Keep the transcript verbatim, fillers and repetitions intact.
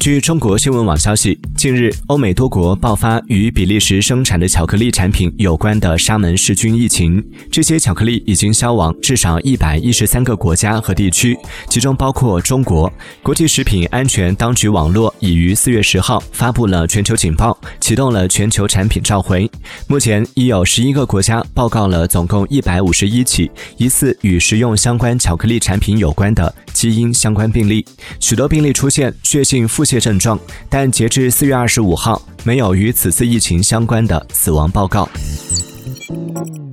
据中国新闻网消息，近日欧美多国爆发与比利时生产的巧克力产品有关的沙门氏菌疫情，这些巧克力已经销往至少一百一十三个国家和地区，其中包括中国。国际食品安全当局网络已于四月十号发布了全球警报，启动了全球产品召回。目前已有十一个国家报告了总共一百五十一起疑似与食用相关巧克力产品有关的基因相关病例，许多病例出现血性腹泻症状，但截至四月二十五号，没有与此次疫情相关的死亡报告。